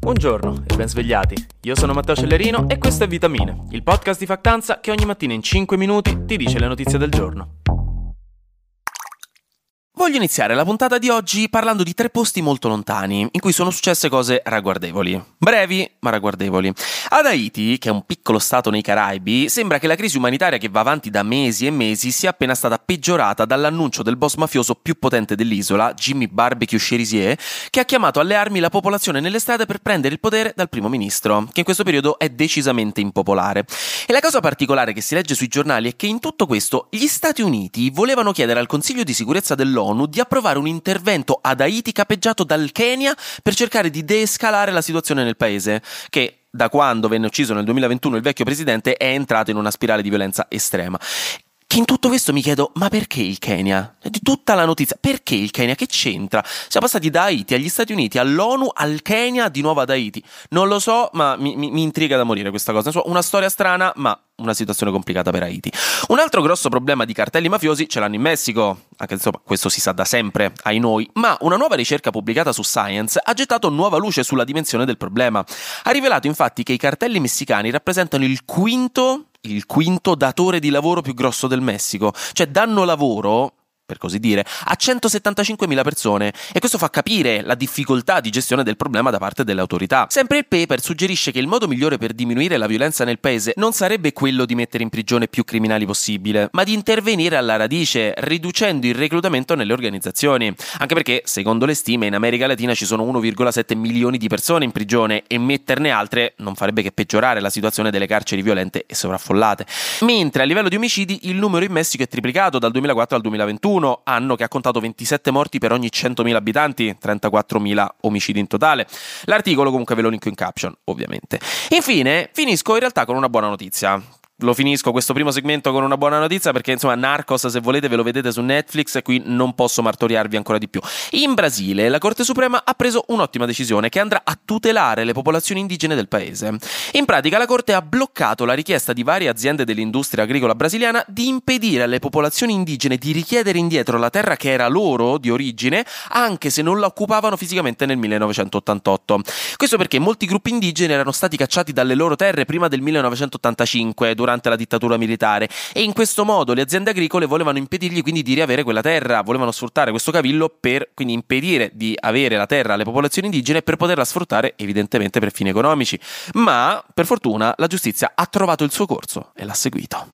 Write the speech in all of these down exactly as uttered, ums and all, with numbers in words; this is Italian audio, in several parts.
Buongiorno e ben svegliati. Io sono Matteo Cellerino e questo è Vitamine, il podcast di Factanza che ogni mattina in cinque minuti ti dice le notizie del giorno. Voglio iniziare la puntata di oggi parlando di tre posti molto lontani, in cui sono successe cose ragguardevoli. Brevi, ma ragguardevoli. Ad Haiti, che è un piccolo stato nei Caraibi, sembra che la crisi umanitaria che va avanti da mesi e mesi sia appena stata peggiorata dall'annuncio del boss mafioso più potente dell'isola, Jimmy Barbecue Cerisier, che ha chiamato alle armi la popolazione nelle strade per prendere il potere dal primo ministro, che in questo periodo è decisamente impopolare. E la cosa particolare che si legge sui giornali è che in tutto questo gli Stati Uniti volevano chiedere al Consiglio di sicurezza dell'ONU di approvare un intervento ad Haiti capeggiato dal Kenya per cercare di deescalare la situazione nel paese, che da quando venne ucciso nel duemilaventuno il vecchio presidente è entrato in una spirale di violenza estrema. Che in tutto questo mi chiedo, ma perché il Kenya? Di tutta la notizia, perché il Kenya? Che c'entra? Siamo passati da Haiti agli Stati Uniti, all'ONU, al Kenya, di nuovo ad Haiti. Non lo so, ma mi, mi, mi intriga da morire questa cosa. Una storia strana, ma una situazione complicata per Haiti. Un altro grosso problema di cartelli mafiosi ce l'hanno in Messico, anche insomma questo si sa da sempre, ai noi, ma una nuova ricerca pubblicata su Science ha gettato nuova luce sulla dimensione del problema. Ha rivelato infatti che i cartelli messicani rappresentano il quinto il quinto datore di lavoro più grosso del Messico, cioè danno lavoro, per così dire, a centosettantacinquemila persone, e questo fa capire la difficoltà di gestione del problema da parte delle autorità. Sempre il paper suggerisce che il modo migliore per diminuire la violenza nel paese non sarebbe quello di mettere in prigione più criminali possibile, ma di intervenire alla radice, riducendo il reclutamento nelle organizzazioni. Anche perché, secondo le stime, in America Latina ci sono uno virgola sette milioni di persone in prigione e metterne altre non farebbe che peggiorare la situazione delle carceri violente e sovraffollate. Mentre a livello di omicidi il numero in Messico è triplicato dal duemilaquattro al duemilaventuno, anno che ha contato ventisette morti per ogni centomila abitanti, trentaquattromila omicidi in totale. L'articolo comunque ve lo linko in caption, ovviamente. Infine, finisco in realtà con una buona notizia. Lo finisco questo primo segmento con una buona notizia perché insomma Narcos, se volete ve lo vedete su Netflix e qui non posso martoriarvi ancora di più. In Brasile la Corte Suprema ha preso un'ottima decisione che andrà a tutelare le popolazioni indigene del paese. In pratica la Corte ha bloccato la richiesta di varie aziende dell'industria agricola brasiliana di impedire alle popolazioni indigene di richiedere indietro la terra che era loro di origine anche se non la occupavano fisicamente nel millenovecentottantotto. Questo perché molti gruppi indigeni erano stati cacciati dalle loro terre prima del millenovecentottantacinque durante la dittatura militare e in questo modo le aziende agricole volevano impedirgli quindi di riavere quella terra, volevano sfruttare questo cavillo per quindi impedire di avere la terra alle popolazioni indigene per poterla sfruttare evidentemente per fini economici, ma per fortuna la giustizia ha trovato il suo corso e l'ha seguito.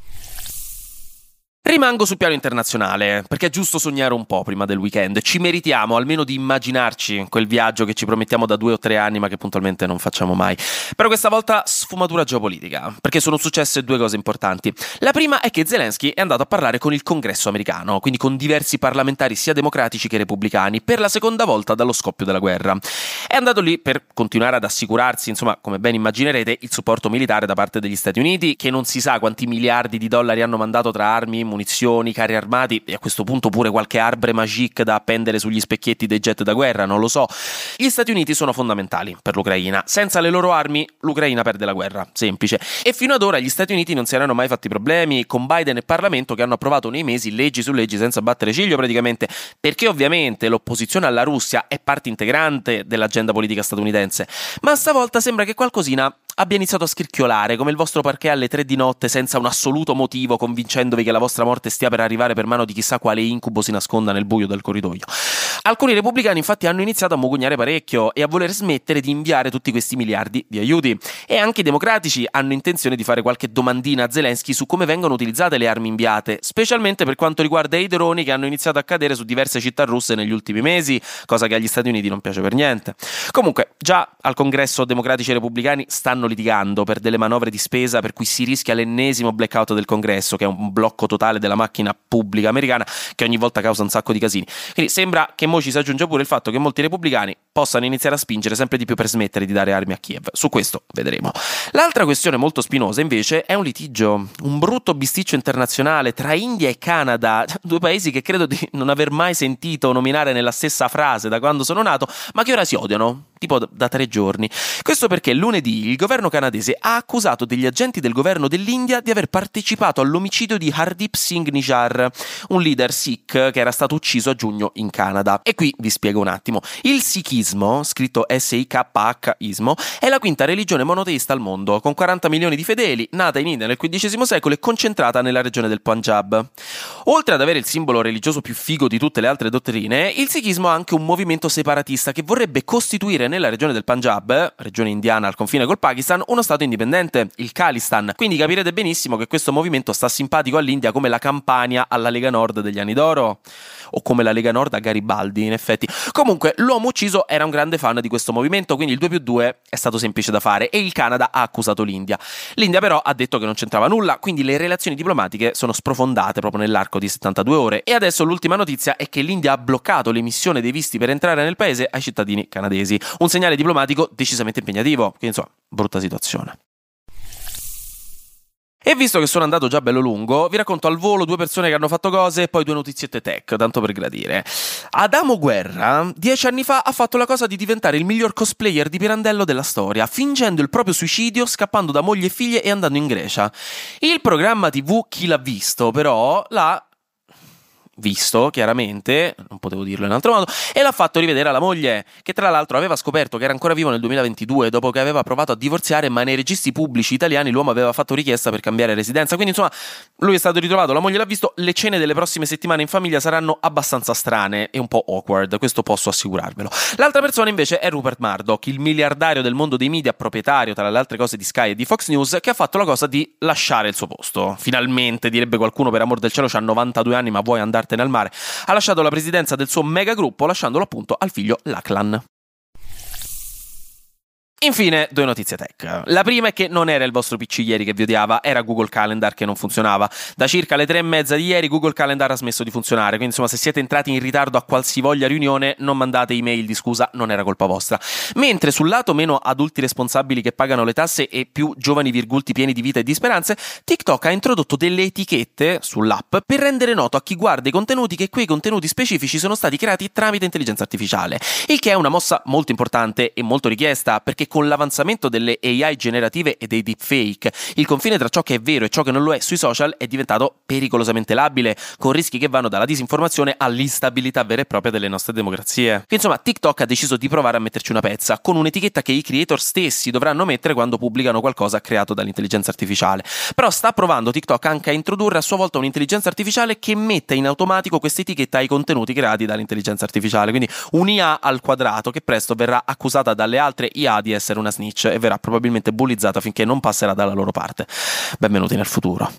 Rimango sul piano internazionale, perché è giusto sognare un po' prima del weekend. Ci meritiamo almeno di immaginarci quel viaggio che ci promettiamo da due o tre anni ma che puntualmente non facciamo mai. Però questa volta sfumatura geopolitica, perché sono successe due cose importanti. La prima è che Zelensky è andato a parlare con il Congresso americano, quindi con diversi parlamentari sia democratici che repubblicani, per la seconda volta dallo scoppio della guerra. È andato lì per continuare ad assicurarsi, insomma, come ben immaginerete, il supporto militare da parte degli Stati Uniti, che non si sa quanti miliardi di dollari hanno mandato tra armi, munizioni, carri armati e a questo punto pure qualche arbre magique da appendere sugli specchietti dei jet da guerra, non lo so. Gli Stati Uniti sono fondamentali per l'Ucraina. Senza le loro armi l'Ucraina perde la guerra, semplice. E fino ad ora gli Stati Uniti non si erano mai fatti problemi con Biden e Parlamento che hanno approvato nei mesi leggi su leggi senza battere ciglio praticamente, perché ovviamente l'opposizione alla Russia è parte integrante dell'agenda politica statunitense. Ma stavolta sembra che qualcosina abbia iniziato a scricchiolare come il vostro parquet alle tre di notte senza un assoluto motivo, convincendovi che la vostra morte stia per arrivare per mano di chissà quale incubo si nasconda nel buio del corridoio. Alcuni repubblicani infatti hanno iniziato a mugugnare parecchio e a voler smettere di inviare tutti questi miliardi di aiuti, e anche i democratici hanno intenzione di fare qualche domandina a Zelensky su come vengono utilizzate le armi inviate, specialmente per quanto riguarda i droni che hanno iniziato a cadere su diverse città russe negli ultimi mesi, cosa che agli Stati Uniti non piace per niente. Comunque già al congresso democratici e repubblicani stanno litigando per delle manovre di spesa per cui si rischia l'ennesimo blackout del congresso, che è un blocco totale della macchina pubblica americana che ogni volta causa un sacco di casini. Quindi sembra che mo ci si aggiunga pure il fatto che molti repubblicani possano iniziare a spingere sempre di più per smettere di dare armi a Kiev. Su questo vedremo. L'altra questione molto spinosa invece è un litigio, un brutto bisticcio internazionale tra India e Canada, due paesi che credo di non aver mai sentito nominare nella stessa frase da quando sono nato, ma che ora si odiano. tipo da tre giorni. Questo perché lunedì il governo canadese ha accusato degli agenti del governo dell'India di aver partecipato all'omicidio di Hardeep Singh Nijjar, un leader Sikh che era stato ucciso a giugno in Canada. E qui vi spiego un attimo. Il Sikhismo, scritto S I K H-ismo, è la quinta religione monoteista al mondo, con quaranta milioni di fedeli, nata in India nel quindicesimo secolo e concentrata nella regione del Punjab. Oltre ad avere il simbolo religioso più figo di tutte le altre dottrine, il Sikhismo ha anche un movimento separatista che vorrebbe costituire nella regione del Punjab, regione indiana al confine col Pakistan, uno stato indipendente, il Khalistan. Quindi capirete benissimo che questo movimento sta simpatico all'India come la Campania alla Lega Nord degli anni d'oro, o come la Lega Nord a Garibaldi, in effetti. Comunque, l'uomo ucciso era un grande fan di questo movimento, quindi il due più due è stato semplice da fare e il Canada ha accusato l'India. L'India però ha detto che non c'entrava nulla, quindi le relazioni diplomatiche sono sprofondate proprio nell'arco di settantadue ore e adesso l'ultima notizia è che l'India ha bloccato l'emissione dei visti per entrare nel paese ai cittadini canadesi. Un segnale diplomatico decisamente impegnativo, quindi insomma, brutta situazione. E visto che sono andato già bello lungo, vi racconto al volo due persone che hanno fatto cose e poi due notiziette tech, tanto per gradire. Adamo Guerra, dieci anni fa, ha fatto la cosa di diventare il miglior cosplayer di Pirandello della storia, fingendo il proprio suicidio, scappando da moglie e figlie e andando in Grecia. Il programma tivù Chi l'ha visto, però, l'ha visto, chiaramente, non potevo dirlo in altro modo, e l'ha fatto rivedere alla moglie, che tra l'altro aveva scoperto che era ancora vivo nel duemilaventidue, dopo che aveva provato a divorziare, ma nei registri pubblici italiani l'uomo aveva fatto richiesta per cambiare residenza, quindi insomma lui è stato ritrovato, la moglie l'ha visto, le cene delle prossime settimane in famiglia saranno abbastanza strane e un po' awkward, questo posso assicurarvelo. L'altra persona invece è Rupert Murdoch, il miliardario del mondo dei media, proprietario tra le altre cose di Sky e di Fox News, che ha fatto la cosa di lasciare il suo posto. Finalmente, direbbe qualcuno, per amor del cielo, c'ha novantadue anni, ma vuoi andartene al mare. Ha lasciato la presidenza del suo megagruppo, lasciandolo appunto al figlio Lachlan. Infine, due notizie tech. La prima è che non era il vostro P C ieri che vi odiava, era Google Calendar che non funzionava. Da circa le tre e mezza di ieri Google Calendar ha smesso di funzionare, quindi insomma se siete entrati in ritardo a qualsivoglia riunione non mandate email di scusa, non era colpa vostra. Mentre sul lato meno adulti responsabili che pagano le tasse e più giovani virgulti pieni di vita e di speranze, TikTok ha introdotto delle etichette sull'app per rendere noto a chi guarda i contenuti che quei contenuti specifici sono stati creati tramite intelligenza artificiale, il che è una mossa molto importante e molto richiesta, perché con l'avanzamento delle A I generative e dei deepfake, il confine tra ciò che è vero e ciò che non lo è sui social è diventato pericolosamente labile, con rischi che vanno dalla disinformazione all'instabilità vera e propria delle nostre democrazie. Insomma, TikTok ha deciso di provare a metterci una pezza, con un'etichetta che i creator stessi dovranno mettere quando pubblicano qualcosa creato dall'intelligenza artificiale. Però sta provando TikTok anche a introdurre a sua volta un'intelligenza artificiale che metta in automatico questa etichetta ai contenuti creati dall'intelligenza artificiale, quindi un'I A al quadrato che presto verrà accusata dalle altre I A di essere una snitch e verrà probabilmente bullizzata finché non passerà dalla loro parte. Benvenuti nel futuro.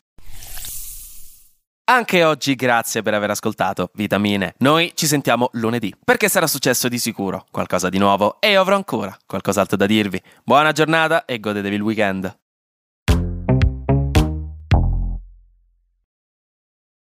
Anche oggi grazie per aver ascoltato Vitamine. Noi ci sentiamo lunedì, perché sarà successo di sicuro qualcosa di nuovo e io avrò ancora qualcos'altro da dirvi. Buona giornata e godetevi il weekend.